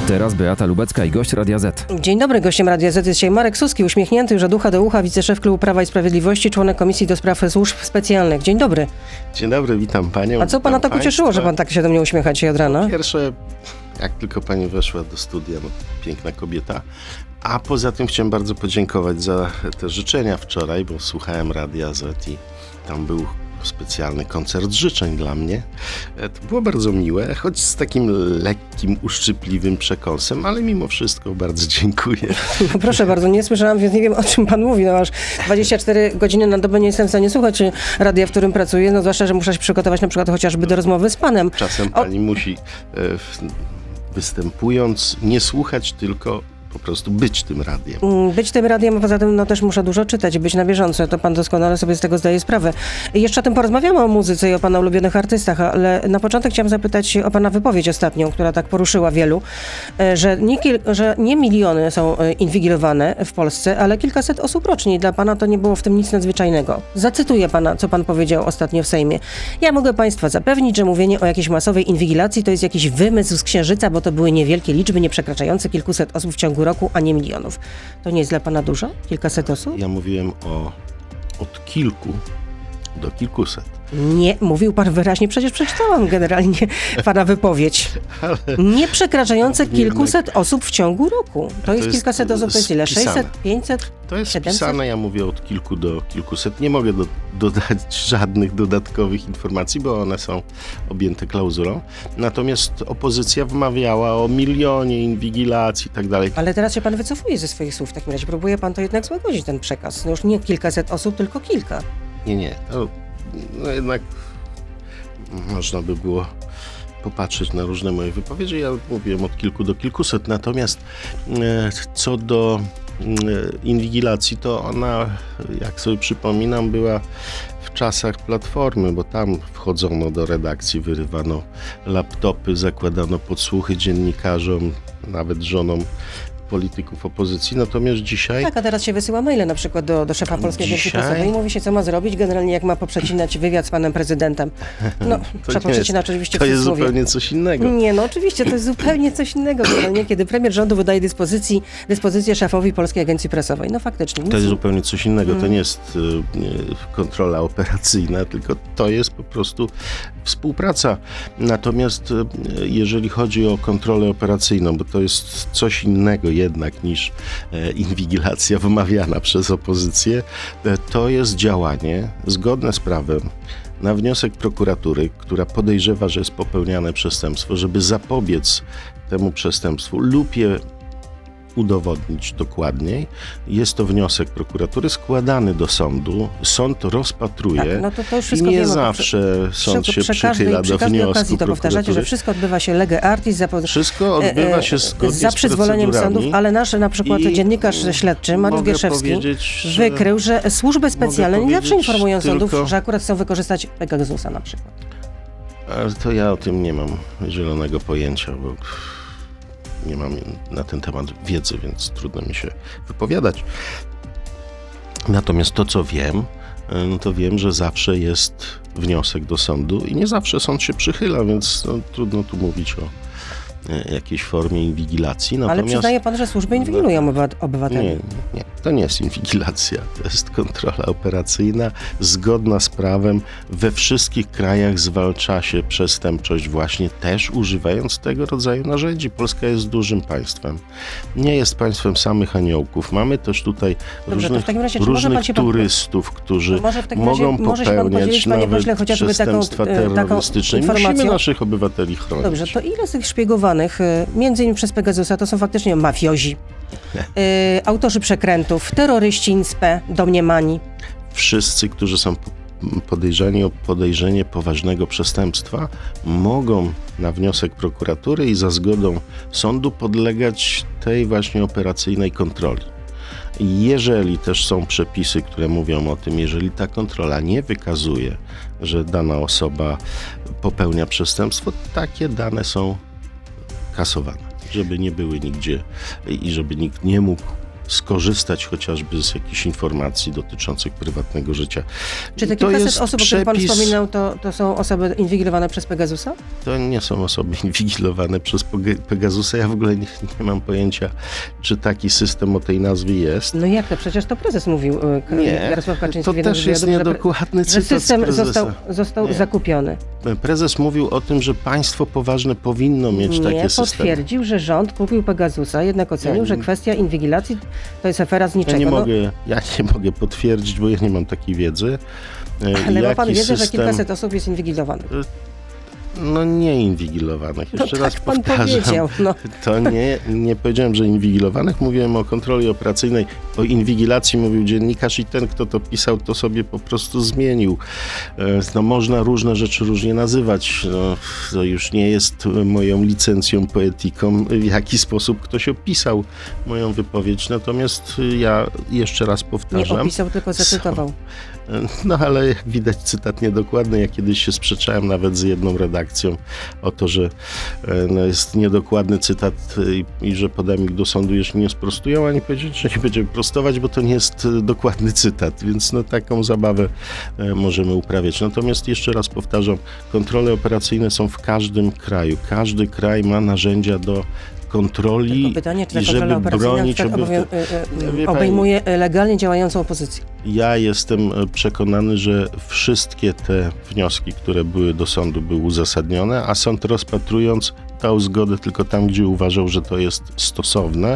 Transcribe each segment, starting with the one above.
Teraz Beata Lubecka i gość Radia Z. Dzień dobry, gościem Radia Z jest dzisiaj Marek Suski, uśmiechnięty już od ucha do ucha, wiceszef Klubu Prawa i Sprawiedliwości, członek Komisji do Spraw Służb Specjalnych. Dzień dobry. Dzień dobry, witam panią. A co pana tak ucieszyło, że pan tak się do mnie uśmiecha dzisiaj od rana? Po pierwsze, jak tylko pani weszła do studia, piękna kobieta. A poza tym chciałem bardzo podziękować za te życzenia wczoraj, bo słuchałem Radia Z i tam był specjalny koncert życzeń dla mnie. To było bardzo miłe, choć z takim lekkim, uszczypliwym przekąsem, ale mimo wszystko bardzo dziękuję. No proszę bardzo, nie słyszałam, więc nie wiem, o czym pan mówi. No aż 24 godziny na dobę nie jestem w stanie słuchać radia, w którym pracuję, no zwłaszcza, że muszę się przygotować na przykład chociażby do rozmowy z panem. Czasem pani musi występując nie słuchać, tylko po prostu być tym radiem. Być tym radiem, a poza tym no, też muszę dużo czytać i być na bieżąco. To pan doskonale sobie z tego zdaje sprawę. Jeszcze o tym porozmawiamy, o muzyce i o pana ulubionych artystach, ale na początek chciałam zapytać o pana wypowiedź ostatnią, która tak poruszyła wielu, że nie miliony są inwigilowane w Polsce, ale kilkaset osób rocznie. I dla pana to nie było w tym nic nadzwyczajnego. Zacytuję pana, co pan powiedział ostatnio w Sejmie. Ja mogę państwa zapewnić, że mówienie o jakiejś masowej inwigilacji to jest jakiś wymysł z Księżyca, bo to były niewielkie liczby, nie przekraczające kilkuset osób w ciągu roku, a nie milionów. To nie jest dla pana dużo? Kilkaset osób? Ja mówiłem od kilku do kilkuset. Nie, mówił pan wyraźnie, przecież przeczytałam generalnie pana wypowiedź. Nie przekraczające kilkuset osób w ciągu roku. To jest kilkaset osób, to jest ile? 600, 500, To jest 700? wpisane, ja mówię od kilku do kilkuset. Nie mogę dodać żadnych dodatkowych informacji, bo one są objęte klauzulą. Natomiast opozycja wmawiała o milionie inwigilacji i tak dalej. Ale teraz się pan wycofuje ze swoich słów w takim razie. Próbuje pan to jednak złagodzić, ten przekaz. No już nie kilkaset osób, tylko kilka. Nie. To jednak można by było popatrzeć na różne moje wypowiedzi. Ja mówiłem od kilku do kilkuset. Natomiast co do inwigilacji, to ona, jak sobie przypominam, była w czasach Platformy, bo tam wchodzono do redakcji, wyrywano laptopy, zakładano podsłuchy dziennikarzom, nawet żonom polityków opozycji, natomiast dzisiaj... Tak, a teraz się wysyła maile na przykład do szefa Polskiej Agencji Prasowej i mówi się, co ma zrobić, generalnie jak ma poprzecinać wywiad z panem prezydentem. No, trzeba poprzecinać oczywiście to w jest cudzysłowie. zupełnie coś innego. Nie, no oczywiście, to jest zupełnie coś innego, generalnie, kiedy premier rządu wydaje dyspozycję szefowi Polskiej Agencji Prasowej. No faktycznie. To jest zupełnie coś innego. To nie jest kontrola operacyjna, tylko to jest po prostu współpraca. Natomiast jeżeli chodzi o kontrolę operacyjną, bo to jest coś innego jednak niż inwigilacja wymawiana przez opozycję, to jest działanie zgodne z prawem na wniosek prokuratury, która podejrzewa, że jest popełniane przestępstwo, żeby zapobiec temu przestępstwu lub je udowodnić dokładniej. Jest to wniosek prokuratury składany do sądu. Sąd rozpatruje tak, no to już wszystko i nie wiemy, zawsze sąd się przy przychyla do wniosku okazji to powtarzacie, że wszystko odbywa się lege artis, wszystko odbywa się zgodnie za przyzwoleniem sądów, ale nasz na przykład dziennikarz śledczy Mariusz Gierszewski wykrył, że służby specjalne nie zawsze informują sądów, że akurat chcą wykorzystać Pegasusa na przykład. Ale to ja o tym nie mam zielonego pojęcia, bo nie mam na ten temat wiedzy, więc trudno mi się wypowiadać. Natomiast to, co wiem, no to wiem, że zawsze jest wniosek do sądu i nie zawsze sąd się przychyla, więc trudno tu mówić o jakiejś formie inwigilacji. Natomiast, ale przyznaje pan, że służby inwigilują obywateli. Nie, to nie jest inwigilacja, to jest kontrola operacyjna zgodna z prawem. We wszystkich krajach zwalcza się przestępczość właśnie też używając tego rodzaju narzędzi. Polska jest dużym państwem. Nie jest państwem samych aniołków. Mamy też tutaj różnych turystów, którzy mogą popełniać nawet przestępstwa terrorystyczne. Musimy naszych obywateli chronić. Dobrze, to ile z tych szpiegowanych, między innymi przez Pegasusa, to są faktycznie mafiozi, autorzy przekrętów, terroryści inspe, domniemani? Wszyscy, którzy są podejrzani o podejrzenie poważnego przestępstwa, mogą na wniosek prokuratury i za zgodą sądu podlegać tej właśnie operacyjnej kontroli. Jeżeli też są przepisy, które mówią o tym, jeżeli ta kontrola nie wykazuje, że dana osoba popełnia przestępstwo, takie dane są kasowane, żeby nie były nigdzie i żeby nikt nie mógł skorzystać chociażby z jakichś informacji dotyczących prywatnego życia. Czy te I to kilkaset jest osób, o których pan przepis- wspominał, to są osoby inwigilowane przez Pegasusa? To nie są osoby inwigilowane przez Pegasusa. Ja w ogóle nie mam pojęcia, czy taki system o tej nazwie jest. No jak to? Przecież to prezes mówił, Jarosław Kaczyński. to w jednym też z jest wywiadów, niedokładny że cytat system z prezesa. został Nie. zakupiony. Prezes mówił o tym, że państwo poważne powinno mieć takie Nie, systemy. potwierdził, że rząd kupił Pegasusa, jednak ocenił, że kwestia inwigilacji to jest afera z niczego. Ja nie mogę potwierdzić, bo ja nie mam takiej wiedzy. Ale ma pan Jaki wiedzę, że system- kilkaset osób jest inwigilowanych. No nie inwigilowanych. Jeszcze No raz tak pan powtarzam. powiedział. No. To nie powiedziałem, że inwigilowanych. Mówiłem o kontroli operacyjnej. O inwigilacji mówił dziennikarz i ten, kto to pisał, to sobie po prostu zmienił. No, można różne rzeczy różnie nazywać. No, to już nie jest moją licencją poetyką, w jaki sposób ktoś opisał moją wypowiedź. Natomiast ja jeszcze raz Nie powtarzam. opisał, tylko zacytował. No ale jak widać cytat niedokładny. Ja kiedyś się sprzeczałem nawet z jedną redakcją o to, że jest niedokładny cytat i że podam ich do sądu, jeśli nie sprostują, a nie powiedzieć, że nie będziemy prostować, bo to nie jest dokładny cytat, więc no taką zabawę możemy uprawiać. Natomiast jeszcze raz powtarzam, kontrole operacyjne są w każdym kraju. Każdy kraj ma narzędzia do kontroli Tylko pytanie, czy ta i kontrola żeby operacyjna bronić Wie pani- obejmuje legalnie działającą opozycję. Ja jestem przekonany, że wszystkie te wnioski, które były do sądu, były uzasadnione, a sąd rozpatrując dał zgodę tylko tam, gdzie uważał, że to jest stosowne.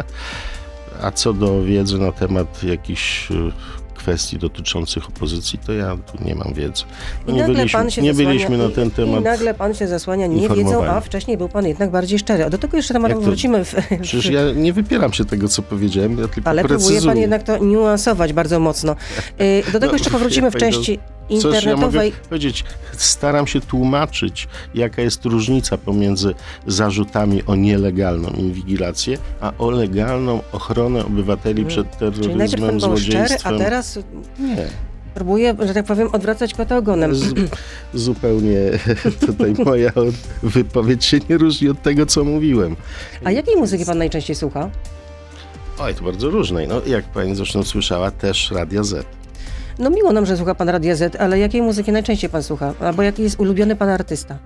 A co do wiedzy na temat jakichś kwestii dotyczących opozycji, to ja tu nie mam wiedzy. I nagle pan się byliśmy na ten I temat. nagle pan się zasłania nie wiedzą, informowani. a wcześniej był pan jednak bardziej szczery. A do tego jeszcze tematu Jak to? wrócimy. Przecież ja nie wypieram się tego, co powiedziałem, ja tylko Ale próbuje precyzuję. pan jednak to niuansować bardzo mocno. Do tego jeszcze powrócimy w wie pani, części Cóż ja mogę internetowej. powiedzieć? Staram się tłumaczyć, jaka jest różnica pomiędzy zarzutami o nielegalną inwigilację, a o legalną ochronę obywateli przed Czyli najpierw terroryzmem, pan był szczery, a złodziejstwem. teraz Nie. próbuje, że tak powiem, odwracać kota ogonem. Zupełnie tutaj moja wypowiedź się nie różni od tego, co mówiłem. A jakiej muzyki pan najczęściej słucha? Oj, to bardzo różnej. No, jak pani zresztą słyszała, też Radia Z. No miło nam, że słucha pan Radia Z, ale jakiej muzyki najczęściej pan słucha? Albo jaki jest ulubiony pan artysta?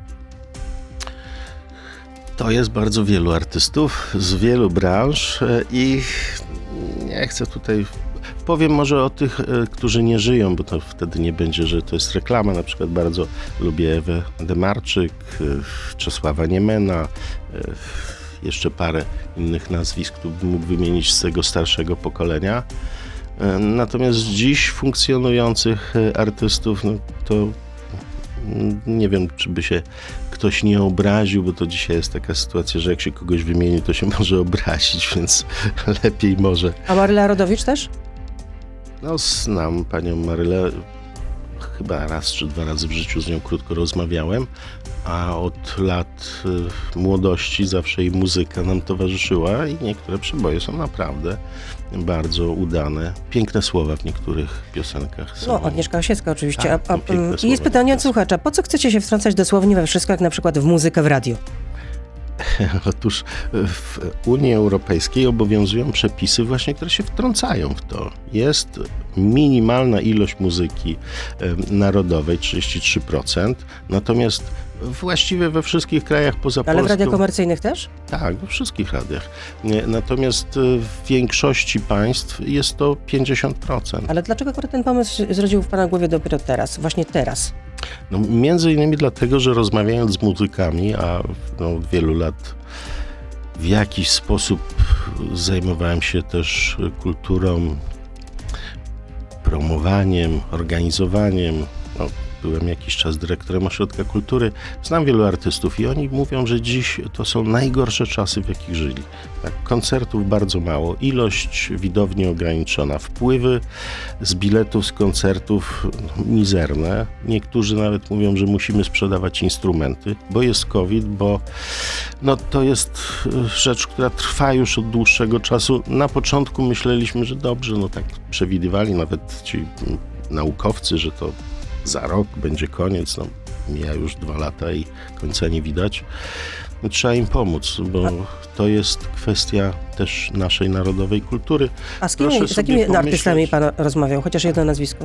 To jest bardzo wielu artystów z wielu branż i nie chcę tutaj... Powiem może o tych, którzy nie żyją, bo to wtedy nie będzie, że to jest reklama. Na przykład bardzo lubię Ewę Demarczyk, Czesława Niemena, jeszcze parę innych nazwisk, które bym mógł wymienić z tego starszego pokolenia. Natomiast dziś funkcjonujących artystów, no to nie wiem, czy by się ktoś nie obraził, bo to dzisiaj jest taka sytuacja, że jak się kogoś wymieni, to się może obrazić, więc lepiej może. A Maryla Rodowicz też? No, znam panią Marylę, chyba raz czy dwa razy w życiu z nią krótko rozmawiałem, a od lat młodości zawsze jej muzyka nam towarzyszyła i niektóre przeboje są naprawdę bardzo udane. Piękne słowa w niektórych piosenkach są. No, Agnieszka Osiecka oczywiście. Tak, to piękne I jest słowa. pytanie od słuchacza. Po co chcecie się wtrącać dosłownie we wszystko, jak na przykład w muzykę w radiu? Otóż w Unii Europejskiej obowiązują przepisy właśnie, które się wtrącają w to. Jest minimalna ilość muzyki narodowej, 33%, natomiast właściwie we wszystkich krajach poza Ale w Polską... radiach komercyjnych też? Tak, we wszystkich radiach. Natomiast w większości państw jest to 50%. Ale dlaczego akurat ten pomysł zrodził w pana głowie dopiero teraz? Właśnie teraz? No, między innymi dlatego, że rozmawiając z muzykami, a od wielu lat w jakiś sposób zajmowałem się też kulturą, promowaniem, organizowaniem. No, byłem jakiś czas dyrektorem Ośrodka Kultury. Znam wielu artystów i oni mówią, że dziś to są najgorsze czasy, w jakich żyli. Tak, koncertów bardzo mało, ilość widowni ograniczona, wpływy z biletów z koncertów mizerne. Niektórzy nawet mówią, że musimy sprzedawać instrumenty, bo jest COVID, bo to jest rzecz, która trwa już od dłuższego czasu. Na początku myśleliśmy, że dobrze, tak przewidywali nawet ci naukowcy, że to za rok będzie koniec, mija już 2 lata i końca nie widać. trzeba im pomóc, bo to jest kwestia też naszej narodowej kultury. A z Proszę jakimi sobie artystami pomyśleć. pan rozmawiał? Chociaż jedno nazwisko.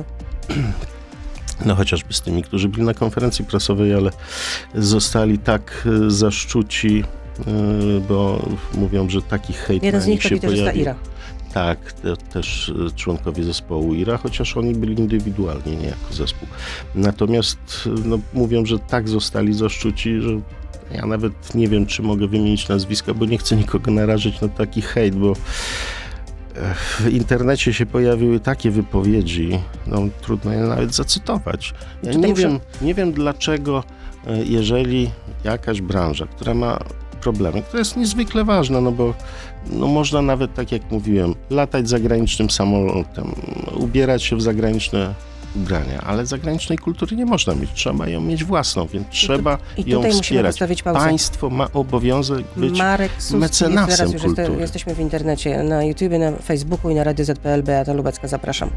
No chociażby z tymi, którzy byli na konferencji prasowej, ale zostali tak zaszczuci, bo mówią, że taki hejt Jeden na z nich nich to się gitarzysta pojawił. Ira. Tak, też członkowie zespołu Ira, chociaż oni byli indywidualnie, nie jako zespół. Natomiast mówią, że tak zostali zaszczuci, że ja nawet nie wiem, czy mogę wymienić nazwiska, bo nie chcę nikogo narażyć na taki hejt, bo w internecie się pojawiły takie wypowiedzi, trudno je nawet zacytować. Ja nie wiem dlaczego, jeżeli jakaś branża, która ma problemy, która jest niezwykle ważna, bo można nawet, tak jak mówiłem, latać zagranicznym samolotem, ubierać się w zagraniczne ubrania, ale zagranicznej kultury nie można mieć, trzeba ją mieć własną, więc trzeba ją musimy wspierać. postawić pauzę. Państwo ma obowiązek być Marek Suski, mecenasem teraz już kultury. jesteśmy w internecie, na YouTubie, na Facebooku i na Radio Z.pl. Beata Lubecka, zapraszam.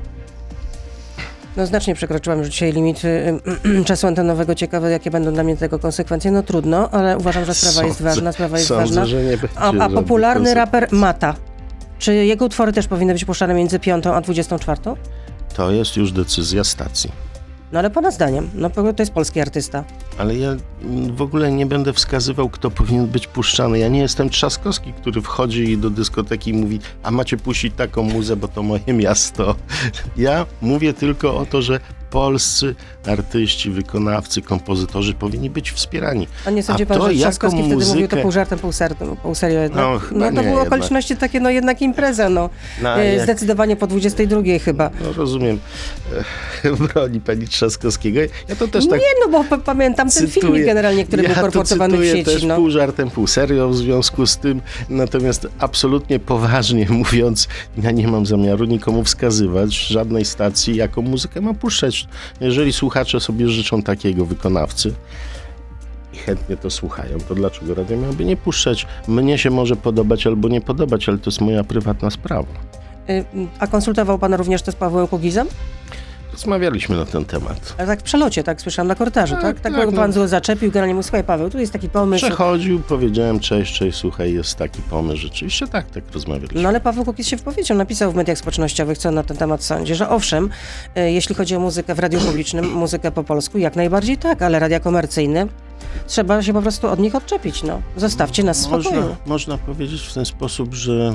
Znacznie przekroczyłam już dzisiaj limit czasu antenowego. Ciekawe, jakie będą dla mnie tego konsekwencje. Trudno, ale uważam, że sprawa jest ważna. Sądzę, że nie będzie a popularny raper Mata. Czy jego utwory też powinny być puszczane między 5 a 24? To jest już decyzja stacji. Ale pana zdaniem, to jest polski artysta. Ale ja w ogóle nie będę wskazywał, kto powinien być puszczany. Ja nie jestem Trzaskowski, który wchodzi do dyskoteki i mówi, a macie puścić taką muzę, bo to moje miasto. Ja mówię tylko o to, że polscy artyści, wykonawcy, kompozytorzy powinni być wspierani. A nie sądzi pan, że Trzaskowski wtedy mówił to pół żartem, pół serio jednak? To były okoliczności takie, jednak impreza, zdecydowanie po 22 chyba. Rozumiem. Broni pani Trzaskowskiego. Ja to też tak bo pamiętam ten filmik generalnie, który był kolportowany w sieci. Ja to cytuję też pół żartem, pół serio w związku z tym. Natomiast absolutnie poważnie mówiąc, ja nie mam zamiaru nikomu wskazywać żadnej stacji, jaką muzykę ma puszczać. Jeżeli słuchacze sobie życzą takiego wykonawcy i chętnie to słuchają, to dlaczego radio miałoby nie puszczać? Mnie się może podobać albo nie podobać, ale to jest moja prywatna sprawa. A konsultował pan również to z Pawłem Kukizem? Rozmawialiśmy na ten temat. Ale tak w przelocie, tak słyszałam na korytarzu, tak? Pan zaczepił, generalnie mówił, słuchaj Paweł, tu jest taki pomysł. Przechodził, powiedziałem cześć, słuchaj, jest taki pomysł. Rzeczywiście tak rozmawialiśmy. Ale Paweł Kukiz się wypowiedział, napisał w mediach społecznościowych, co na ten temat sądzi, że owszem, jeśli chodzi o muzykę w radiu publicznym, muzykę po polsku, jak najbardziej tak, ale radia komercyjne, trzeba się po prostu od nich odczepić, Zostawcie nas w spokoju. Można powiedzieć w ten sposób, że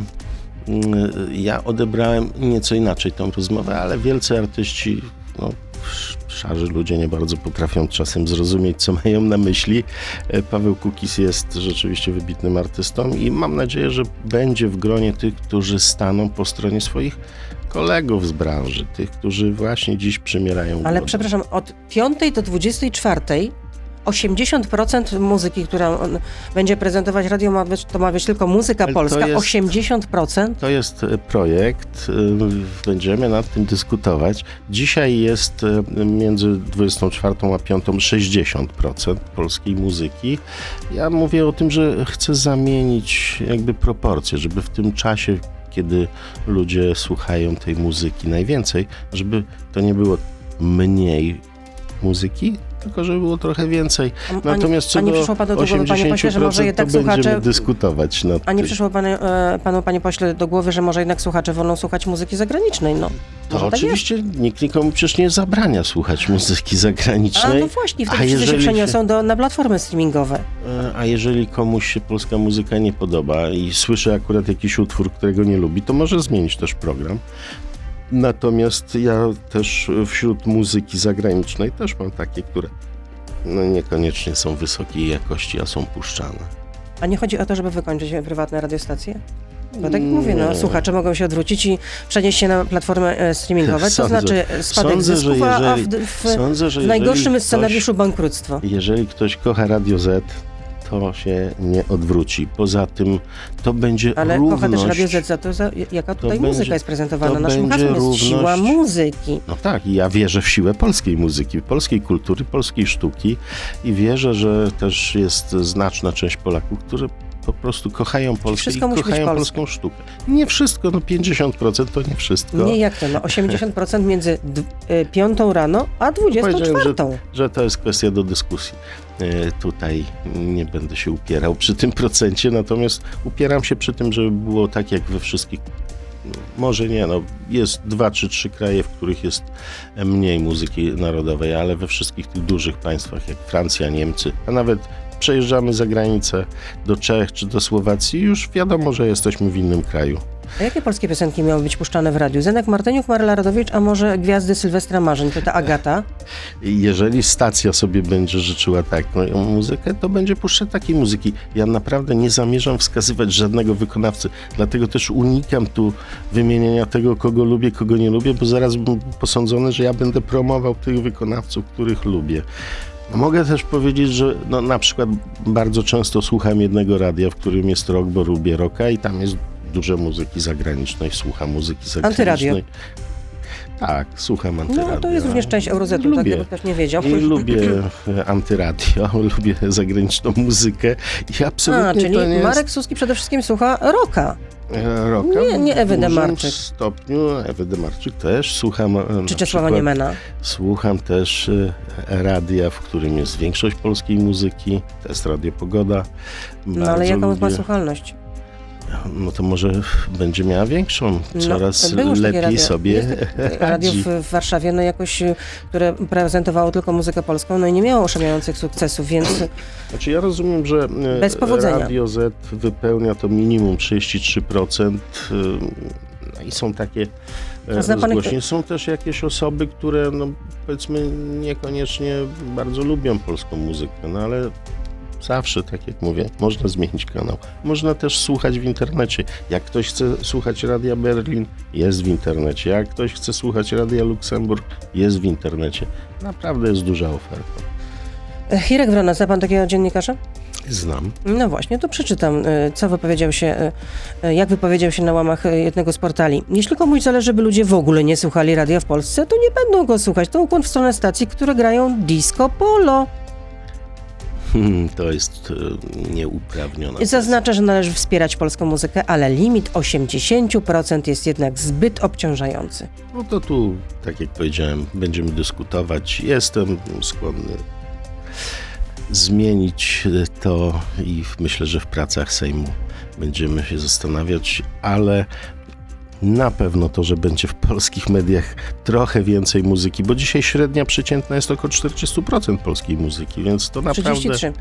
ja odebrałem nieco inaczej tą rozmowę, ale wielcy artyści, szarzy ludzie nie bardzo potrafią czasem zrozumieć, co mają na myśli. Paweł Kukiz jest rzeczywiście wybitnym artystą i mam nadzieję, że będzie w gronie tych, którzy staną po stronie swoich kolegów z branży, tych, którzy właśnie dziś przymierają Ale głodem. przepraszam, od 5 do 24 80% muzyki, którą on będzie prezentować radio, to ma być tylko muzyka polska. 80%? To jest projekt, będziemy nad tym dyskutować. Dzisiaj jest między 24 a 5 60% polskiej muzyki. Ja mówię o tym, że chcę zamienić proporcje, żeby w tym czasie, kiedy ludzie słuchają tej muzyki najwięcej, żeby to nie było mniej muzyki, tylko żeby było trochę więcej. Natomiast co do 80%, że może jednak to będziemy dyskutować nad A nie przyszło panu, panie pośle, do głowy, że może jednak słuchacze wolą słuchać muzyki zagranicznej? To oczywiście nikt nikomu przecież nie zabrania słuchać muzyki zagranicznej. A właśnie, wtedy wszyscy się przeniosą na platformy streamingowe. A jeżeli komuś się polska muzyka nie podoba i słyszy akurat jakiś utwór, którego nie lubi, to może zmienić też program. Natomiast ja też wśród muzyki zagranicznej też mam takie, które niekoniecznie są wysokiej jakości, a są puszczane. A nie chodzi o to, żeby wykończyć prywatne radiostacje? Bo tak jak mówię, słuchacze mogą się odwrócić i przenieść się na platformy streamingowe, to znaczy spadek zysków, a w najgorszym scenariuszu bankructwo. Jeżeli ktoś kocha Radio Z, to się nie odwróci. Poza tym to będzie ale równość. Ale kocha też Radio Z za to, jaka tutaj muzyka jest prezentowana. Naszym hasłem jest siła muzyki. No tak, i ja wierzę w siłę polskiej muzyki, polskiej kultury, polskiej sztuki i wierzę, że też jest znaczna część Polaków, którzy po prostu kochają Polskę i kochają polską sztukę. Nie wszystko, 50% to nie wszystko. Nie, jak to? 80% między 5 rano a 24. Że to jest kwestia do dyskusji. Tutaj nie będę się upierał przy tym procencie, natomiast upieram się przy tym, żeby było tak jak we wszystkich. Może nie, jest 2 czy 3 kraje, w których jest mniej muzyki narodowej, ale we wszystkich tych dużych państwach jak Francja, Niemcy, a nawet przejeżdżamy za granicę do Czech czy do Słowacji, już wiadomo, że jesteśmy w innym kraju. A jakie polskie piosenki miały być puszczane w radiu? Zenek Martyniuk, Maryla Rodowicz, a może Gwiazdy Sylwestra Marzeń? Pyta Agata. Jeżeli stacja sobie będzie życzyła taką muzykę, to będzie puszczać takiej muzyki. Ja naprawdę nie zamierzam wskazywać żadnego wykonawcy, dlatego też unikam tu wymienienia tego, kogo lubię, kogo nie lubię, bo zaraz bym posądzony, że ja będę promował tych wykonawców, których lubię. Mogę też powiedzieć, że na przykład bardzo często słucham jednego radia, w którym jest rock, bo lubię rocka i tam jest dużo muzyki zagranicznej, słucham muzyki zagranicznej. Antyradio. Tak, słucham antyradio. No to jest również część Eurozetu, tak jakby ktoś nie wiedział. I lubię antyradio, lubię zagraniczną muzykę i absolutnie czyli to nie Marek jest... Suski przede wszystkim słucha rocka. Rocka. Nie Ewy W Demarczyk. dużym stopniu Ewy Demarczyk też słucham. Czy Czesława Niemena. Słucham też radia, w którym jest większość polskiej muzyki. To jest Radio Pogoda. No ale jaką ma słuchalność? No to może będzie miała większą, coraz lepiej radio. sobie Radio radzi. w Warszawie, jakoś, które prezentowało tylko muzykę polską, i nie miało oszałamiających sukcesów, więc Znaczy ja rozumiem, że bez powodzenia. Radio Z wypełnia to minimum 33%. I są takie zgłoszenia. Są też jakieś osoby, które powiedzmy niekoniecznie bardzo lubią polską muzykę, ale zawsze, tak jak mówię, można zmienić kanał. Można też słuchać w internecie. Jak ktoś chce słuchać Radia Berlin, jest w internecie. Jak ktoś chce słuchać Radia Luksemburg, jest w internecie. Naprawdę jest duża oferta. Hirek Wrona, zna pan takiego dziennikarza? Znam. No właśnie, to przeczytam, jak wypowiedział się na łamach jednego z portali. Jeśli komuś zależy, by ludzie w ogóle nie słuchali radia w Polsce, to nie będą go słuchać. To ukłon w stronę stacji, które grają disco polo. To jest nieuprawniona. Zaznaczę, że należy wspierać polską muzykę, ale limit 80% jest jednak zbyt obciążający. No to tu, tak jak powiedziałem, będziemy dyskutować. Jestem skłonny zmienić to i myślę, że w pracach Sejmu będziemy się zastanawiać, ale na pewno to, że będzie w polskich mediach trochę więcej muzyki, bo dzisiaj średnia przeciętna jest około 40% polskiej muzyki, więc to naprawdę...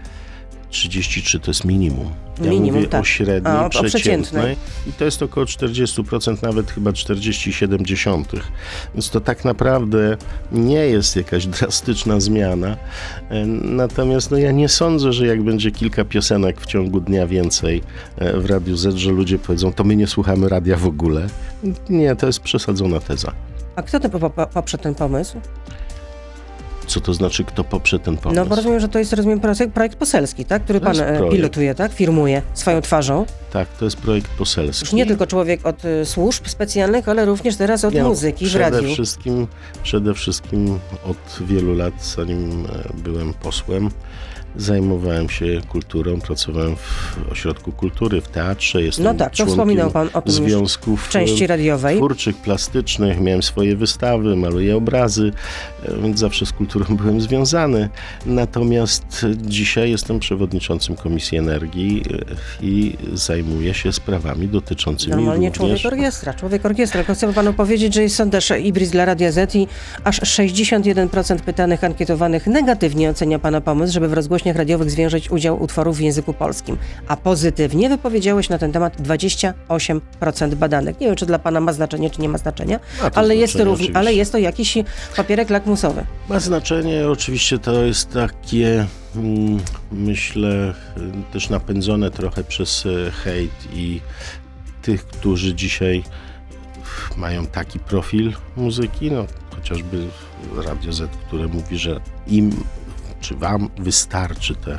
33 to jest minimum. Ja mówię tak. O średniej, przeciętnej i to jest około 40%, nawet chyba 40,7. Więc to tak naprawdę nie jest jakaś drastyczna zmiana. Natomiast ja nie sądzę, że jak będzie kilka piosenek w ciągu dnia więcej w Radiu Z, że ludzie powiedzą, to my nie słuchamy radia w ogóle. Nie, to jest przesadzona teza. A kto poprze ten pomysł? Co to znaczy, kto poprze ten pomysł? No bo rozumiem, że to jest projekt poselski, tak? Który pan pilotuje, tak? Firmuje swoją twarzą. Tak, to jest projekt poselski. Już nie tylko człowiek od służb specjalnych, ale również teraz od muzyki w radiu. Przede wszystkim od wielu lat, zanim byłem posłem, zajmowałem się kulturą, pracowałem w ośrodku kultury, w teatrze, jestem to wspominał pan o tym związków w części radiowej. Twórczych, plastycznych, miałem swoje wystawy, maluję obrazy, więc zawsze z kulturą byłem związany. Natomiast dzisiaj jestem przewodniczącym Komisji Energii i zajmuję się sprawami dotyczącymi normalnie również... Człowiek orkiestra. Tylko chcę panu powiedzieć, że jest sondaż Ibris dla Radia Z i aż 61% pytanych, ankietowanych negatywnie ocenia pana pomysł, żeby w rozgłośniach radiowych zwiększyć udział utworów w języku polskim. A pozytywnie wypowiedziało się na ten temat 28% badanych. Nie wiem, czy dla pana ma znaczenie, czy nie ma znaczenia, ale jest to jakiś papierek lakmusowy. Ma znaczenie, oczywiście to jest takie, myślę, też napędzone trochę przez hejt i tych, którzy dzisiaj mają taki profil muzyki, chociażby Radio Z, które mówi, że im czy wam wystarczy te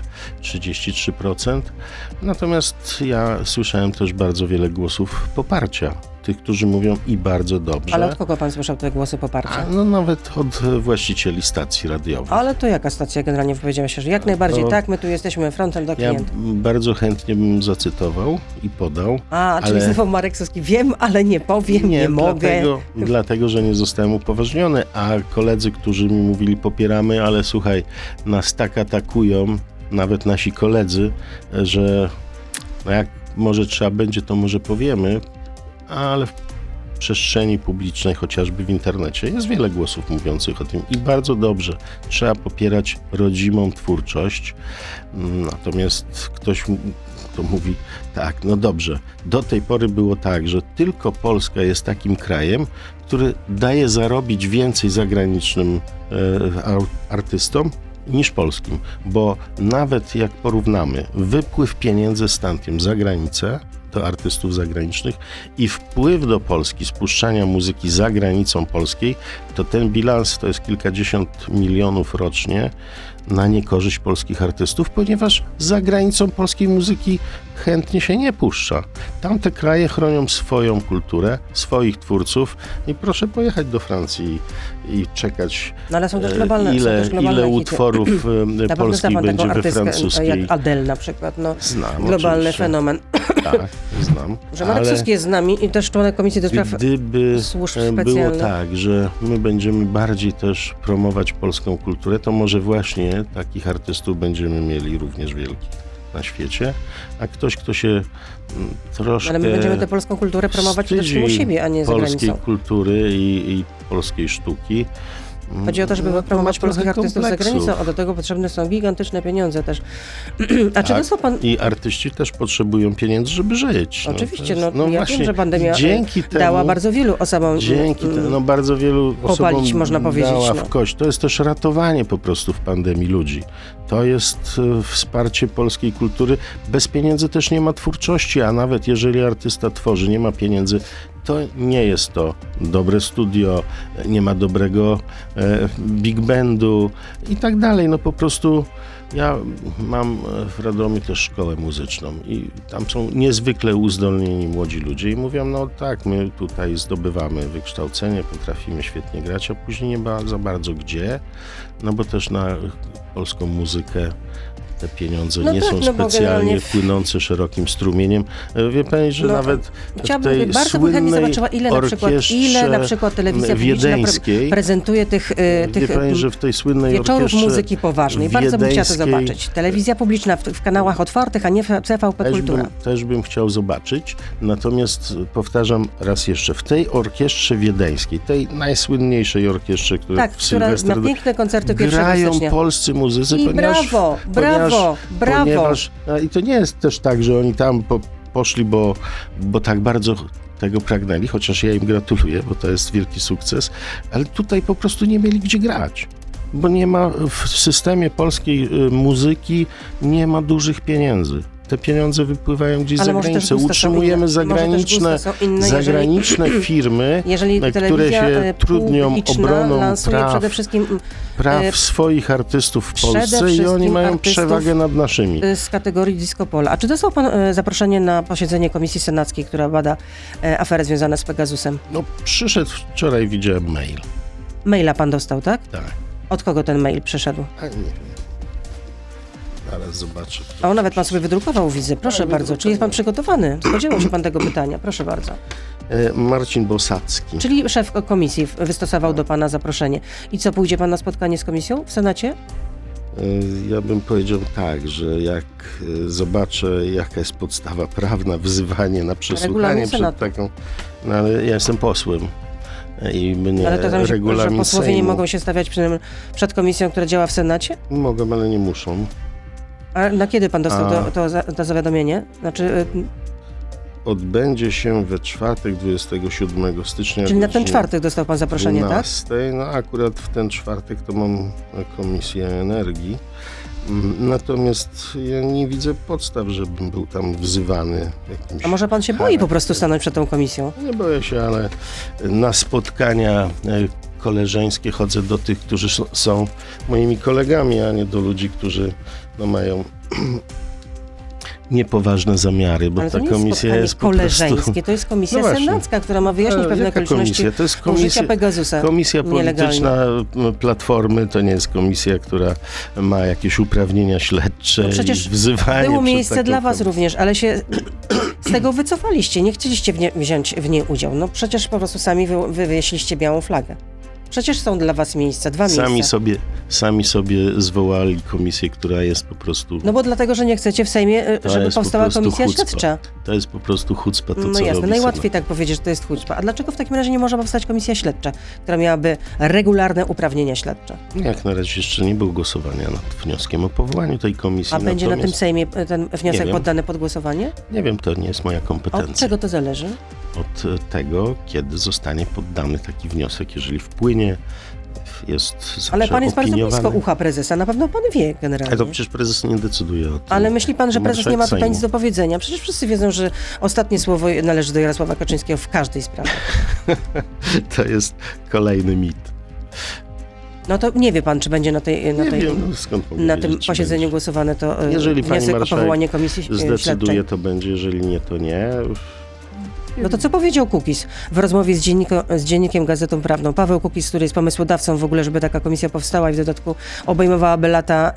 33%. Natomiast ja słyszałem też bardzo wiele głosów poparcia tych, którzy mówią i bardzo dobrze. Ale od kogo pan słyszał te głosy poparcia? No nawet od właścicieli stacji radiowych. Ale to jaka stacja generalnie wypowiedziała się, że jak najbardziej tak, my tu jesteśmy frontem do Ja klienta. bardzo chętnie bym zacytował i podał. Czyli znowu Marek Suski, wiem, ale nie powiem, nie mogę. Dlatego, że nie zostałem upoważniony, a koledzy, którzy mi mówili popieramy, ale słuchaj, nas tak atakują, nawet nasi koledzy, że no jak może trzeba będzie, to może powiemy, ale w przestrzeni publicznej, chociażby w internecie, jest wiele głosów mówiących o tym i bardzo dobrze. Trzeba popierać rodzimą twórczość. Natomiast ktoś to mówi tak, no dobrze, do tej pory było tak, że tylko Polska jest takim krajem, który daje zarobić więcej zagranicznym artystom niż polskim, bo nawet jak porównamy wypływ pieniędzy stamtąd za granicę, do artystów zagranicznych i wpływ do Polski, spuszczania muzyki za granicą polskiej, to ten bilans to jest kilkadziesiąt milionów rocznie na niekorzyść polskich artystów, ponieważ za granicą polskiej muzyki chętnie się nie puszcza. Tamte kraje chronią swoją kulturę, swoich twórców i proszę pojechać do Francji i czekać, no ale są też globalne, ile utworów polskich będzie we francuskiej. Jak Adele na przykład, no, znam, globalny oczywiście. Fenomen. Tak, znam. Że Marek Suski jest z nami i też członek Komisji do Spraw Gdyby Służb było Specjalnych. tak, że my będziemy bardziej też promować polską kulturę, to może właśnie takich artystów będziemy mieli również wielkich na świecie, a ktoś, kto się troszkę Ale my będziemy tę polską kulturę promować przede wszystkim u siebie, a nie za polskiej granicą. kultury i polskiej sztuki. Chodzi o to, żeby promować polskich trochę artystów za kompleksów. granicą, a do tego potrzebne są gigantyczne pieniądze też. A czy dostał pan... I artyści też potrzebują pieniędzy, żeby żyć. Oczywiście, to jest, ja właśnie, wiem, że pandemia dzięki temu, dała bardzo wielu osobom bardzo wielu popalić, osobom można powiedzieć, dała no. w kość. To jest też ratowanie po prostu w pandemii ludzi. To jest wsparcie polskiej kultury. Bez pieniędzy też nie ma twórczości, a nawet jeżeli artysta tworzy, nie ma pieniędzy, to nie jest to dobre studio, nie ma dobrego big bandu i tak dalej. No po prostu ja mam w Radomiu też szkołę muzyczną i tam są niezwykle uzdolnieni młodzi ludzie i mówią, no tak, my tutaj zdobywamy wykształcenie, potrafimy świetnie grać, a później nie ma za bardzo gdzie, no bo też na polską muzykę te pieniądze nie są specjalnie płynące szerokim strumieniem. Wie pani, że nawet w tej bardzo bym chętnie zobaczyła, ile na przykład telewizja wiedeńskiej prezentuje tych wie pani, że w tej słynnej wieczorów muzyki poważnej. Bardzo bym chciała to zobaczyć. Telewizja publiczna w kanałach otwartych, a nie w TVP Kultura. Też bym chciał zobaczyć. Natomiast powtarzam raz jeszcze, w tej orkiestrze wiedeńskiej, tej najsłynniejszej orkiestrze, która w Sylwestra na piękne koncerty 1 grają stycznia. polscy muzycy, I brawo. Ponieważ, i to nie jest też tak, że oni tam poszli, bo tak bardzo tego pragnęli, chociaż ja im gratuluję, bo to jest wielki sukces, ale tutaj po prostu nie mieli gdzie grać. Bo nie ma w systemie polskiej muzyki nie ma dużych pieniędzy. Te pieniądze wypływają gdzieś za granicę. Utrzymujemy zagraniczne firmy, które się trudnią obroną praw swoich artystów w Polsce i oni mają przewagę nad naszymi. Z kategorii disco polo. A czy dostał pan zaproszenie na posiedzenie Komisji Senackiej, która bada aferę związaną z Pegasusem? No przyszedł wczoraj, widziałem mail. Maila pan dostał, tak? Tak. Od kogo ten mail przyszedł? A nie wiem. Zaraz zobaczę. O, nawet pan sobie wydrukował, widzę. Proszę bardzo. Czy jest pan przygotowany? Spodziewał się pan tego pytania. Proszę bardzo. Marcin Bosacki. Czyli szef komisji wystosował do pana zaproszenie. I co, pójdzie pan na spotkanie z komisją w Senacie? Ja bym powiedział tak, że jak zobaczę, jaka jest podstawa prawna, wzywanie na przesłuchanie przed taką... No ale ja jestem posłem. I mnie ale to tam się, że posłowie Sejmu nie mogą się stawiać przed komisją, która działa w Senacie? Mogą, ale nie muszą. A na kiedy pan dostał to zawiadomienie? Znaczy... Odbędzie się we czwartek, 27 stycznia. Czyli na ten czwartek dostał pan zaproszenie, 12. Tak? No akurat w ten czwartek to mam Komisję Energii. Natomiast ja nie widzę podstaw, żebym był tam wzywany. A może pan się boi po prostu stanąć przed tą komisją? Nie boję się, ale na spotkania koleżeńskie chodzę do tych, którzy są moimi kolegami, a nie do ludzi, którzy mają niepoważne zamiary, bo Ale ta to nie jest komisja spotkanie jest po prostu... koleżeńskie, to jest komisja No właśnie. senacka, która ma wyjaśnić pewne Jaka okoliczności komisja? To jest użycia Pegasusa Komisja nielegalnie. polityczna Platformy, to nie jest komisja, która ma jakieś uprawnienia śledcze No przecież i wzywanie było przed miejsce taką dla was komisją. również, ale się z tego wycofaliście, nie chcieliście wziąć w niej udział. No przecież po prostu sami wywiesiliście białą flagę. Przecież są dla was miejsca, dwa miejsca. Sami sobie zwołali komisję, która jest po prostu... No bo dlatego, że nie chcecie w Sejmie, To żeby jest po powstała prostu komisja chucpa. śledcza. To jest po prostu chucpa, to No co jasne, robi najłatwiej Senat. tak powiedzieć, że to jest chucpa. A dlaczego w takim razie nie może powstać komisja śledcza, która miałaby regularne uprawnienia śledcze? Jak na razie jeszcze nie było głosowania nad wnioskiem o powołaniu tej komisji. A będzie na tym natomiast Sejmie ten wniosek wiem. poddany pod głosowanie? Nie wiem, to nie jest moja kompetencja. Od czego to zależy? Od tego, kiedy zostanie poddany taki wniosek, jeżeli wpłynie, jest Ale pan jest bardzo zaopiniowany. blisko ucha prezesa, na pewno pan wie generalnie. Ale to przecież prezes nie decyduje o tym. Ale myśli pan, że prezes nie ma tutaj Marszałek nic do powiedzenia? Przecież wszyscy wiedzą, że ostatnie słowo należy do Jarosława Kaczyńskiego w każdej sprawie. Sejmu. To jest kolejny mit. No to nie wie pan, czy będzie na Wiem, no, skąd mogę na wiedzieć, tym czy posiedzeniu będzie. głosowane to Jeżeli pani wniosek o marszałek powołanie komisji Zdecyduje, śledczej. to będzie, jeżeli nie, to nie. No to co powiedział Kukiz w rozmowie z dziennikiem Gazetą Prawną? Paweł Kukiz, który jest pomysłodawcą w ogóle, żeby taka komisja powstała i w dodatku obejmowałaby lata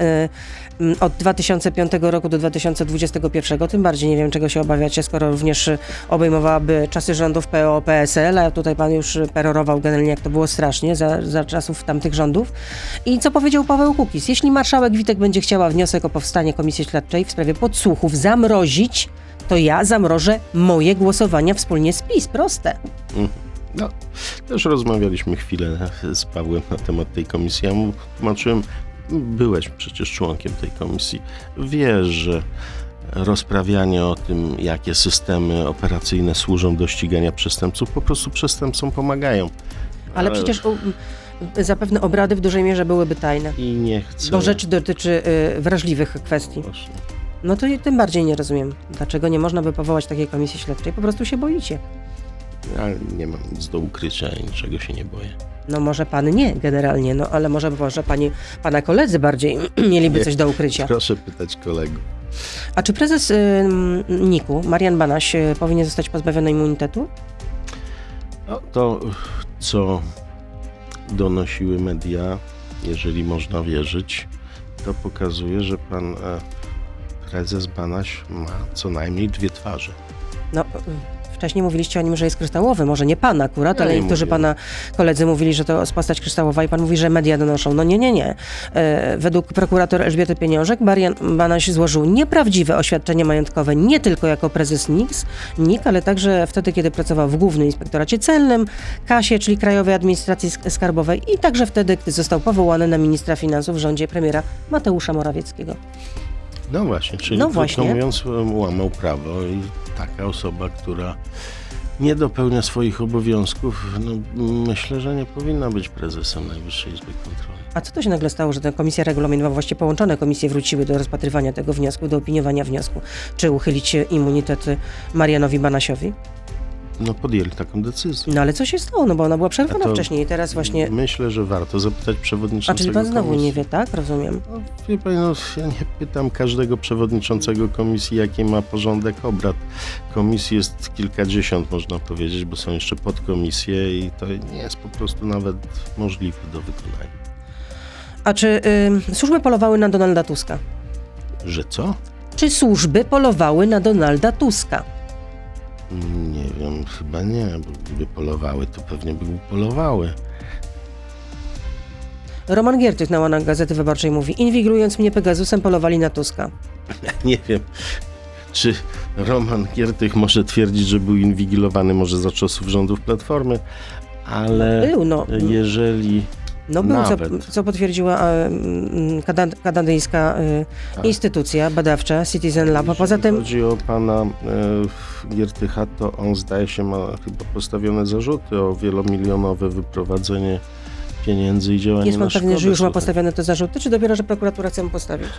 od 2005 roku do 2021. Tym bardziej nie wiem, czego się obawiacie, skoro również obejmowałaby czasy rządów PO-PSL, a tutaj pan już perorował generalnie, jak to było strasznie za czasów tamtych rządów. I co powiedział Paweł Kukiz? Jeśli marszałek Witek będzie chciała wniosek o powstanie komisji śledczej w sprawie podsłuchów zamrozić, to ja zamrożę moje głosowania wspólnie z PiS. Proste. No, też rozmawialiśmy chwilę z Pawłem na temat tej komisji. Ja mu tłumaczyłem, byłeś przecież członkiem tej komisji. Wiesz, że rozprawianie o tym, jakie systemy operacyjne służą do ścigania przestępców, po prostu przestępcom pomagają. Ale przecież zapewne obrady w dużej mierze byłyby tajne. I nie chcę... Bo rzecz dotyczy wrażliwych kwestii. Właśnie. No to tym bardziej nie rozumiem, dlaczego nie można by powołać takiej komisji śledczej. Po prostu się boicie. Ja nie mam nic do ukrycia i niczego się nie boję. No może pan nie generalnie, no ale może pana koledzy bardziej mieliby Nie. coś do ukrycia. Proszę pytać kolegów. A czy prezes NIK-u, Marian Banaś, powinien zostać pozbawiony immunitetu? No, to, co donosiły media, jeżeli można wierzyć, to pokazuje, że pan prezes Banaś ma co najmniej dwie twarze. No, wcześniej mówiliście o nim, że jest kryształowy, może nie pan akurat, Ja ale nie niektórzy mówiłem. pana koledzy mówili, że to jest postać kryształowa i pan mówi, że media donoszą. No nie. Według prokurator Elżbiety Pieniążek Marian Banaś złożył nieprawdziwe oświadczenie majątkowe nie tylko jako prezes NIK, ale także wtedy, kiedy pracował w Głównym Inspektoracie Celnym, KAS-ie, czyli Krajowej Administracji Skarbowej i także wtedy, gdy został powołany na ministra finansów w rządzie premiera Mateusza Morawieckiego. No właśnie, czyli No właśnie. krótko mówiąc, łamał prawo i taka osoba, która nie dopełnia swoich obowiązków, no, myślę, że nie powinna być prezesem Najwyższej Izby Kontroli. A co to się nagle stało, że ta komisja regulaminowa, właściwie połączone komisje wróciły do rozpatrywania tego wniosku, do opiniowania wniosku? Czy uchylić immunitet Marianowi Banasiowi? No podjęli taką decyzję. No ale co się stało? No bo ona była przerwana A to wcześniej i teraz właśnie... Myślę, że warto zapytać A przewodniczącego czyli pan znowu komisji. nie wie, tak? Rozumiem. No, wie pani, no, ja nie pytam każdego przewodniczącego komisji, jaki ma porządek obrad. Komisji jest kilkadziesiąt, można powiedzieć, bo są jeszcze podkomisje i to nie jest po prostu nawet możliwe do wykonania. A czy służby polowały na Donalda Tuska? Że co? Czy służby polowały na Donalda Tuska? Nie wiem, chyba nie, bo gdyby polowały, to pewnie by upolowały. Roman Giertych na łamach Gazety Wyborczej mówi, inwigilując mnie Pegasusem polowali na Tuska. Nie wiem, czy Roman Giertych może twierdzić, że był inwigilowany może za czasów rządów Platformy, ale Był, no. jeżeli No był, nawet co potwierdziła kanadyjska instytucja badawcza Citizen Lab. A poza jeżeli tym chodzi o pana Giertycha, to on zdaje się ma chyba postawione zarzuty o wielomilionowe wyprowadzenie pieniędzy i działanie jest pan na pewny, szkodę. że już ma Słuchaj, postawione te zarzuty, czy dopiero, że prokuratura chce mu postawić?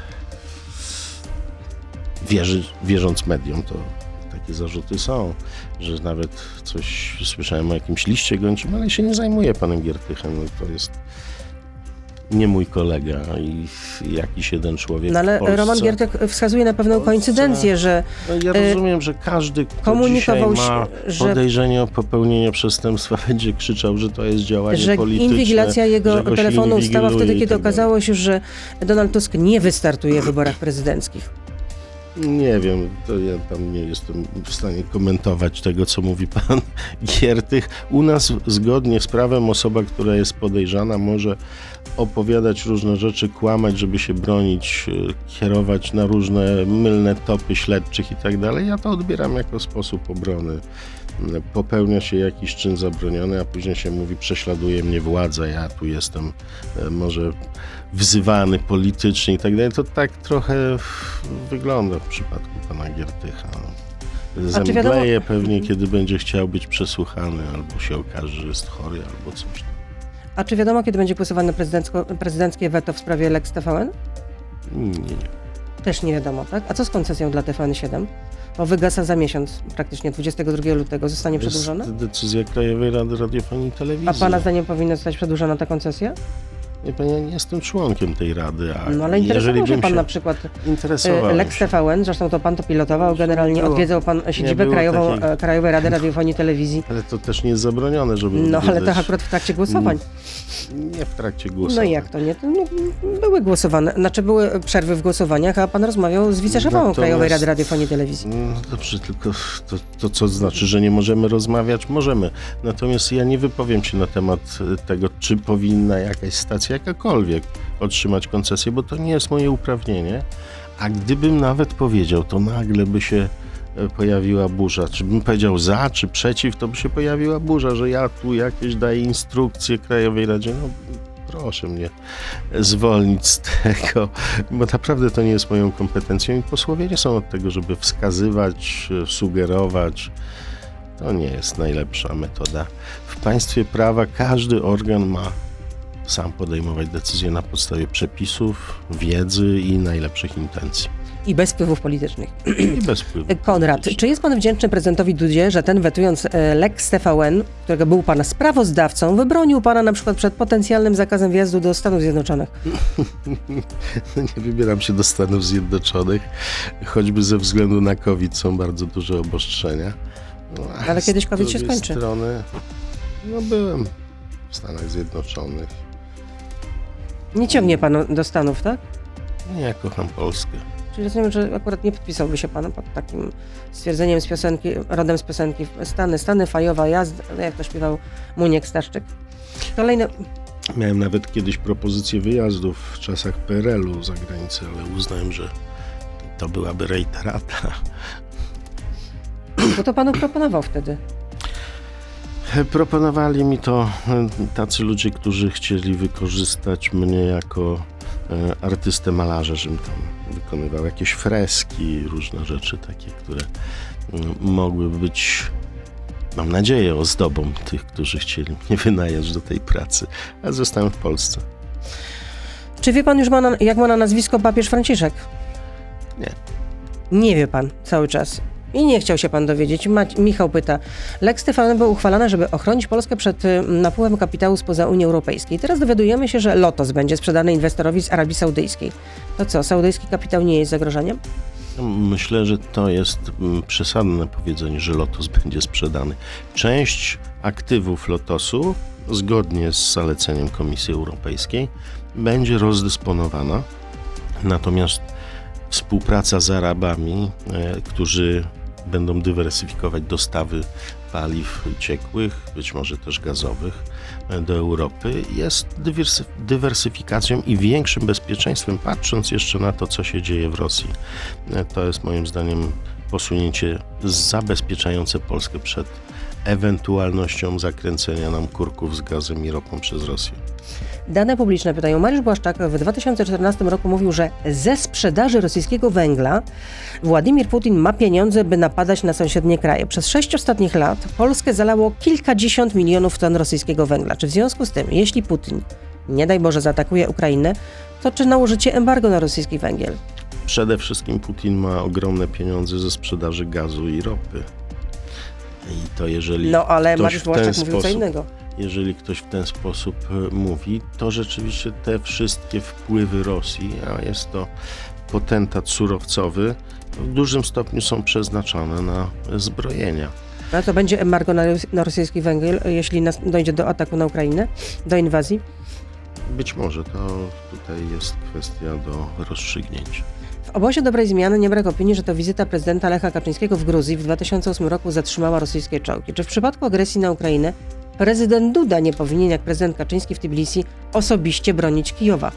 Wierząc mediom, to takie zarzuty są, że nawet coś słyszałem o jakimś liście gończym, ale się nie zajmuję panem Giertychem. No to jest nie mój kolega i jakiś jeden człowiek No ale w Polsce. Roman Giertek wskazuje na pewną koincydencję, że No ja rozumiem, że każdy, kto komunikował dzisiaj ma się, że- podejrzenie o popełnienie przestępstwa, będzie krzyczał, że to jest działanie że polityczne. inwigilacja jego że go się telefonu ustała inwigiluje wtedy, i kiedy tak dalej. okazało się, że Donald Tusk nie wystartuje w wyborach prezydenckich. Nie wiem, to ja tam nie jestem w stanie komentować tego, co mówi pan Giertych. U nas zgodnie z prawem osoba, która jest podejrzana, może opowiadać różne rzeczy, kłamać, żeby się bronić, kierować na różne mylne topy śledczych i tak dalej. Ja to odbieram jako sposób obrony. Popełnia się jakiś czyn zabroniony, a później się mówi, prześladuje mnie władza, ja tu jestem może wzywany politycznie i tak dalej. To tak trochę wygląda w przypadku pana Giertycha. czy wiadomo- Zemdleje pewnie, kiedy będzie chciał być przesłuchany, albo się okaże, że jest chory, albo coś tam. A czy wiadomo, kiedy będzie głosowane prezydenckie weto w sprawie Lex TVN? Nie. Też nie wiadomo, tak? A co z koncesją dla TVN7? Bo wygasa za miesiąc, praktycznie 22 lutego. Zostanie przedłużona? To jest decyzja Krajowej Rady Radiofonii i Telewizji. A pana zdaniem powinna zostać przedłużona ta koncesja? Nie, pan, ja nie jestem członkiem tej rady, a No ale jeżeli interesował się bym pan się na przykład interesował Lex się. TVN, zresztą to pan to pilotował, generalnie było. odwiedzał pan Nie siedzibę było krajową, takiej- Krajowej Rady Radiofonii i Telewizji. Ale to też nie jest zabronione, żeby No ale odwiedzać. to akurat w trakcie głosowań. Nie w trakcie No głosowań. i jak to nie? To, no, były głosowane, znaczy były przerwy w głosowaniach, a pan rozmawiał z wiceszefową Natomiast- Krajowej Rady Radiofonii i Telewizji. No dobrze, tylko to co znaczy, że nie możemy rozmawiać? Możemy. Natomiast ja nie wypowiem się na temat tego, czy powinna jakaś stacja, jakakolwiek, otrzymać koncesję, bo to nie jest moje uprawnienie. A gdybym nawet powiedział, to nagle by się pojawiła burza. Czy bym powiedział za, czy przeciw, to by się pojawiła burza, że ja tu jakieś daję instrukcje Krajowej Radzie. No proszę mnie zwolnić z tego, bo naprawdę to nie jest moją kompetencją i posłowie nie są od tego, żeby wskazywać, sugerować. To nie jest najlepsza metoda. W państwie prawa każdy organ ma sam podejmować decyzje na podstawie przepisów, wiedzy i najlepszych intencji. I bez wpływów politycznych. I bez wpływu. Konrad, politycznego. czy jest pan wdzięczny prezydentowi Dudzie, że ten wetując Lex TVN, którego był pana sprawozdawcą, wybronił pana na przykład przed potencjalnym zakazem wjazdu do Stanów Zjednoczonych? Nie wybieram się do Stanów Zjednoczonych, choćby ze względu na COVID są bardzo duże obostrzenia. No, a Ale z kiedyś COVID się drugiej skończy. Strony, no byłem w Stanach Zjednoczonych. Nie ciągnie pan do Stanów, tak? Nie, ja kocham Polskę. Czyli rozumiem, że akurat nie podpisałby się pan pod takim stwierdzeniem z piosenki, rodem z piosenki Stany, fajowa jazda, jak to śpiewał Muniek Staszczyk. Kolejne... Miałem nawet kiedyś propozycję wyjazdów w czasach PRL-u za granicę, ale uznałem, że to byłaby reiterata. Bo to panu proponował wtedy. Proponowali mi to tacy ludzie, którzy chcieli wykorzystać mnie jako artystę malarza, żebym tam wykonywał jakieś freski, różne rzeczy takie, które mogły być, mam nadzieję, ozdobą tych, którzy chcieli mnie wynająć do tej pracy, a zostałem w Polsce. Czy wie pan już, jak ma na nazwisko papież Franciszek? Nie. Nie wie pan cały czas. I nie chciał się pan dowiedzieć. Michał pyta. Lex TVN był uchwalany, żeby ochronić Polskę przed napływem kapitału spoza Unii Europejskiej. Teraz dowiadujemy się, że Lotos będzie sprzedany inwestorowi z Arabii Saudyjskiej. To co, saudyjski kapitał nie jest zagrożeniem? Myślę, że to jest przesadne powiedzenie, że Lotos będzie sprzedany. Część aktywów Lotosu, zgodnie z zaleceniem Komisji Europejskiej, będzie rozdysponowana. Natomiast współpraca z Arabami, którzy będą dywersyfikować dostawy paliw ciekłych, być może też gazowych do Europy, jest dywersyfikacją i większym bezpieczeństwem, patrząc jeszcze na to, co się dzieje w Rosji. To jest moim zdaniem posunięcie zabezpieczające Polskę przed ewentualnością zakręcenia nam kurków z gazem i ropą przez Rosję. Dane publiczne pytają. Mariusz Błaszczak w 2014 roku mówił, że ze sprzedaży rosyjskiego węgla Władimir Putin ma pieniądze, by napadać na sąsiednie kraje. Przez 6 ostatnich lat Polskę zalało kilkadziesiąt milionów ton rosyjskiego węgla. Czy w związku z tym, jeśli Putin, nie daj Boże, zaatakuje Ukrainę, to czy nałożycie embargo na rosyjski węgiel? Przede wszystkim Putin ma ogromne pieniądze ze sprzedaży gazu i ropy. I to jeżeli No ale ktoś Mariusz w ten Błaszczak mówił co sposób- innego. jeżeli ktoś w ten sposób mówi, to rzeczywiście te wszystkie wpływy Rosji, a jest to potentat surowcowy, w dużym stopniu są przeznaczone na zbrojenia. A to będzie embargo na rosyjski węgiel, jeśli dojdzie do ataku na Ukrainę, do inwazji? Być może to tutaj jest kwestia do rozstrzygnięć. W obozie dobrej zmiany nie brak opinii, że to wizyta prezydenta Lecha Kaczyńskiego w Gruzji w 2008 roku zatrzymała rosyjskie czołgi. Czy w przypadku agresji na Ukrainę prezydent Duda nie powinien, jak prezydent Kaczyński w Tbilisi, osobiście bronić Kijowa?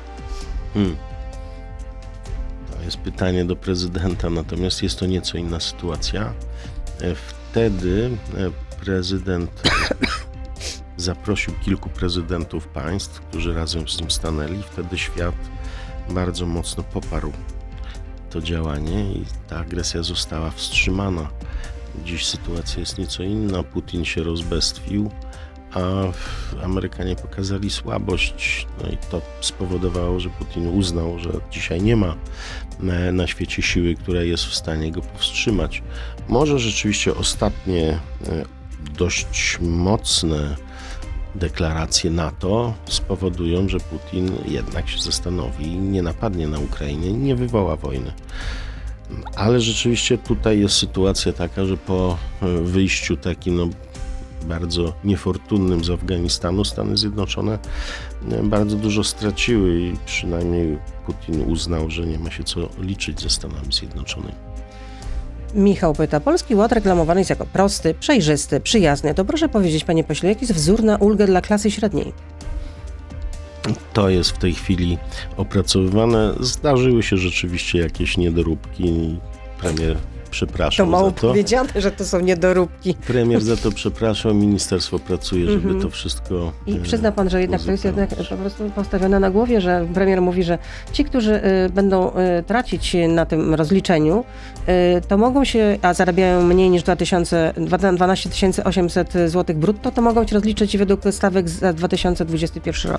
To jest pytanie do prezydenta, natomiast jest to nieco inna sytuacja. Wtedy prezydent zaprosił kilku prezydentów państw, którzy razem z nim stanęli. Wtedy świat bardzo mocno poparł to działanie i ta agresja została wstrzymana. Dziś sytuacja jest nieco inna. Putin się rozbestwił, a Amerykanie pokazali słabość. No i to spowodowało, że Putin uznał, że dzisiaj nie ma na świecie siły, która jest w stanie go powstrzymać. Może rzeczywiście ostatnie dość mocne deklaracje NATO spowodują, że Putin jednak się zastanowi i nie napadnie na Ukrainę, nie wywoła wojny. Ale rzeczywiście tutaj jest sytuacja taka, że po wyjściu takim bardzo niefortunnym z Afganistanu Stany Zjednoczone bardzo dużo straciły i przynajmniej Putin uznał, że nie ma się co liczyć ze Stanami Zjednoczonymi. Michał pyta, Polski Ład reklamowany jest jako prosty, przejrzysty, przyjazny. To proszę powiedzieć, panie pośle, jaki jest wzór na ulgę dla klasy średniej? To jest w tej chwili opracowywane. Zdarzyły się rzeczywiście jakieś niedoróbki. Premier przepraszał To mało za to. powiedziane, że to są niedoróbki. Premier za to przepraszał, ministerstwo pracuje, żeby to wszystko I przyzna pan, że jednak to jest jednak po prostu postawione na głowie, że premier mówi, że ci, którzy będą tracić na tym rozliczeniu, to mogą się, a zarabiają mniej niż 12 800 zł brutto, to mogą się rozliczyć według stawek za 2021 rok.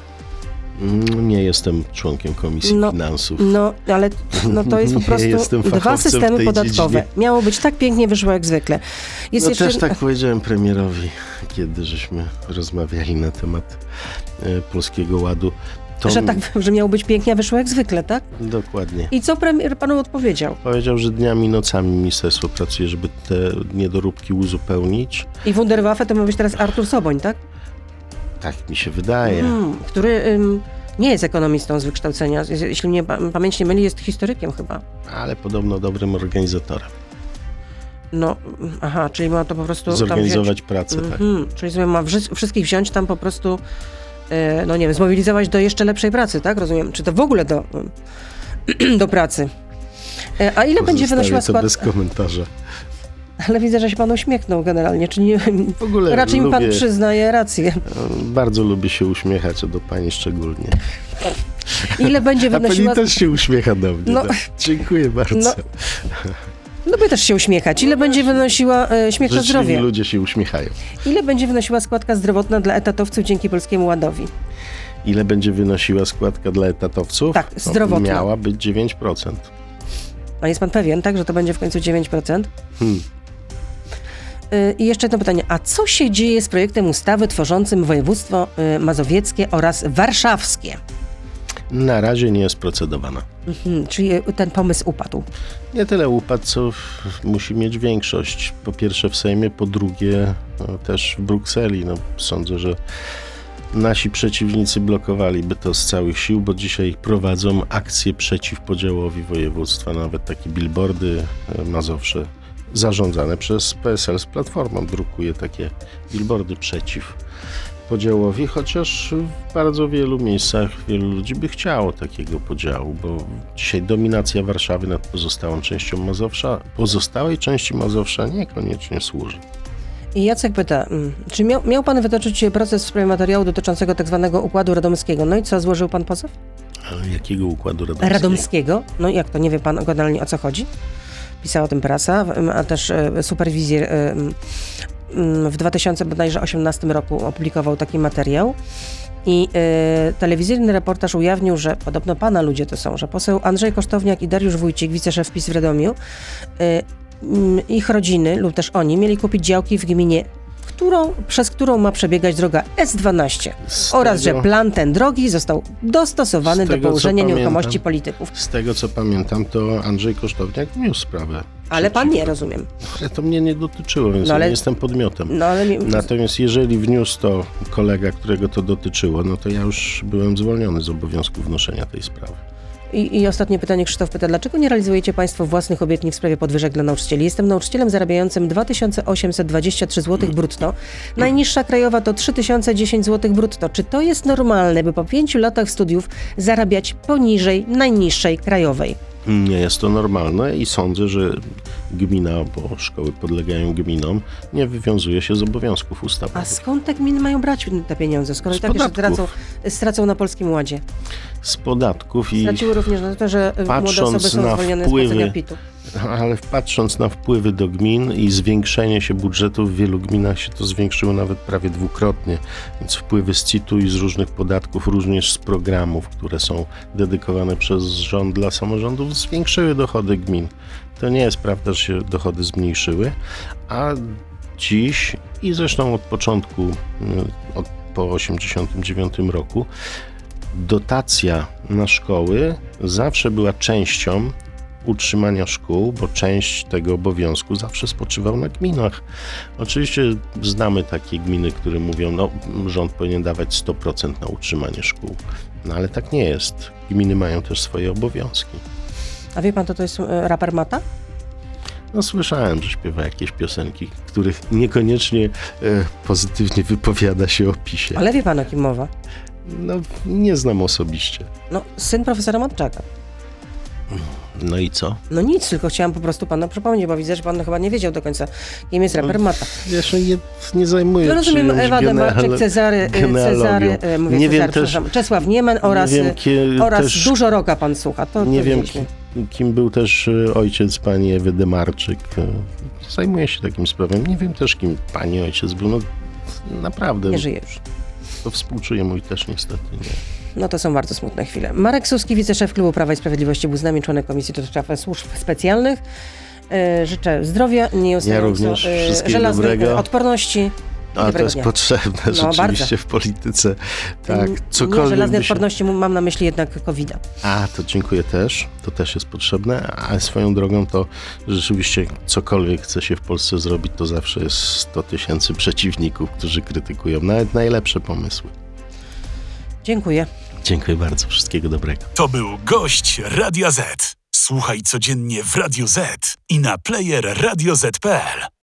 Nie jestem członkiem Komisji Finansów. Ale to jest po prostu dwa systemy podatkowe. Dziedzinie. Miało być tak pięknie, wyszło jak zwykle. Jest jeszcze... Też tak powiedziałem premierowi, kiedy żeśmy rozmawiali na temat Polskiego Ładu. Że miało być pięknie, a wyszło jak zwykle, tak? Dokładnie. I co premier panu odpowiedział? Powiedział, że dniami i nocami ministerstwo pracuje, żeby te niedoróbki uzupełnić. I Wunderwaffe to ma być teraz Artur Soboń, tak? Tak mi się wydaje. Który nie jest ekonomistą z wykształcenia. Jeśli mnie pamięć nie myli, jest historykiem chyba. Ale podobno dobrym organizatorem. Czyli ma to po prostu... Zorganizować pracę, tak. Czyli sobie ma wszystkich wziąć tam po prostu, nie wiem, zmobilizować do jeszcze lepszej pracy, tak? Rozumiem. Czy to w ogóle do pracy. A ile będzie wynosiła składka? Bez komentarza. Ale widzę, że się pan uśmiechnął generalnie, czyli w ogóle raczej mi pan przyznaje rację. Bardzo lubię się uśmiechać, a do pani szczególnie. Ile będzie wynosiła... A pani też się uśmiecha do mnie. Tak? Dziękuję bardzo. Lubię też się uśmiechać. Ile będzie wynosiła śmiech na zdrowie? Ludzie się uśmiechają. Ile będzie wynosiła składka zdrowotna dla etatowców dzięki Polskiemu Ładowi? Ile będzie wynosiła składka dla etatowców? Tak, zdrowotna. Miała być 9%. A jest pan pewien, tak, że to będzie w końcu 9%? I jeszcze jedno pytanie. A co się dzieje z projektem ustawy tworzącym województwo mazowieckie oraz warszawskie? Na razie nie jest procedowana. Czyli ten pomysł upadł? Nie tyle upadł, co musi mieć większość. Po pierwsze w Sejmie, po drugie też w Brukseli. Sądzę, że nasi przeciwnicy blokowaliby to z całych sił, bo dzisiaj prowadzą akcje przeciw podziałowi województwa. Nawet takie billboardy Mazowsze zarządzane przez PSL z Platformą drukuje takie billboardy przeciw podziałowi, chociaż w bardzo wielu miejscach wielu ludzi by chciało takiego podziału, bo dzisiaj dominacja Warszawy nad pozostałą częścią Mazowsza, pozostałej części Mazowsza niekoniecznie służy. I Jacek pyta, czy miał pan wytoczyć proces w sprawie materiału dotyczącego tak zwanego Układu Radomskiego? No i co, złożył pan pozew? Ale jakiego Układu Radomskiego? Radomskiego? No jak to, nie wie pan generalnie o co chodzi? Pisała o tym prasa, a też Superwizjer w 2018 roku opublikował taki materiał i telewizyjny reportaż ujawnił, że podobno pana ludzie to są, że poseł Andrzej Kosztowniak i Dariusz Wójcik, wiceszef PiS w Radomiu, ich rodziny lub też oni mieli kupić działki w gminie, przez którą ma przebiegać droga S12 Z oraz, tego- że plan ten drogi został dostosowany Z do tego, co położenia pamiętam- nieruchomości polityków. Z tego, co pamiętam, to Andrzej Kosztowniak wniósł sprawę. Ale pan nie, przeciwko. rozumiem. Ale to mnie nie dotyczyło, więc No ale- ja nie jestem podmiotem. No ale Natomiast jeżeli wniósł to kolega, którego to dotyczyło, no to ja już byłem zwolniony z obowiązku wnoszenia tej sprawy. I ostatnie pytanie, Krzysztof pyta, dlaczego nie realizujecie państwo własnych obietnic w sprawie podwyżek dla nauczycieli? Jestem nauczycielem zarabiającym 2823 zł brutto. Najniższa krajowa to 3010 zł brutto. Czy to jest normalne, by po 5 latach studiów zarabiać poniżej najniższej krajowej? Nie jest to normalne i sądzę, że gmina, bo szkoły podlegają gminom, nie wywiązuje się z obowiązków A ustawowych. skąd te gminy mają brać te pieniądze, skoro Z i tak jeszcze podatków. stracą na Polskim Ładzie? Z podatków i... Straciły również na to, że młode Patrząc osoby są na zwolnione z wpływy- płacenia PIT-u. Ale patrząc na wpływy do gmin i zwiększenie się budżetu, w wielu gminach się to zwiększyło nawet prawie dwukrotnie. Więc wpływy z CIT-u i z różnych podatków, również z programów, które są dedykowane przez rząd dla samorządów, zwiększyły dochody gmin. To nie jest prawda, że się dochody zmniejszyły, a dziś i zresztą od początku, po 1989 roku, dotacja na szkoły zawsze była częścią utrzymania szkół, bo część tego obowiązku zawsze spoczywał na gminach. Oczywiście znamy takie gminy, które mówią, no rząd powinien dawać 100% na utrzymanie szkół. No ale tak nie jest. Gminy mają też swoje obowiązki. A wie pan, to jest raper Mata? No słyszałem, że śpiewa jakieś piosenki, których niekoniecznie pozytywnie wypowiada się o PiS-ie. Ale wie pan, o kim mowa? No nie znam osobiście. No, syn profesora Matczaka. No i co? No nic, tylko chciałam po prostu panu przypomnieć, bo widzę, że pan chyba nie wiedział do końca, kim jest raper Mata. Ja się nie zajmuję No rozumiem, czyjąś Ewa Demarczyk, Cezary, genealogią. mówię Nie Cezary, wiem też, przepraszam, Czesław Niemen oraz, nie wiem, oraz też Dużo Roka pan słucha. To nie wiem, wiedzieliśmy. kim był też ojciec pani Ewy Demarczyk. Zajmuję się takim sprawem. Nie wiem też, kim pani ojciec był. No naprawdę. Nie żyje już. To współczuję, mój też niestety nie. No to są bardzo smutne chwile. Marek Suski, wiceszef Klubu Prawa i Sprawiedliwości, był z nami, członek Komisji do Spraw Służb Specjalnych. Życzę zdrowia, nieustająco, również wszystkiego żelaznej dobrego. odporności. A to jest potrzebne rzeczywiście bardzo. w polityce. Tak, Nie cokolwiek żelaznej by się... odporności, mam na myśli jednak COVID-a. A, to dziękuję też. To też jest potrzebne. A swoją drogą to rzeczywiście cokolwiek chce się w Polsce zrobić, to zawsze jest 100 000 przeciwników, którzy krytykują nawet najlepsze pomysły. Dziękuję. Dziękuję bardzo. Wszystkiego dobrego. To był gość Radia Z. Słuchaj codziennie w Radio Z i na player radioz.pl.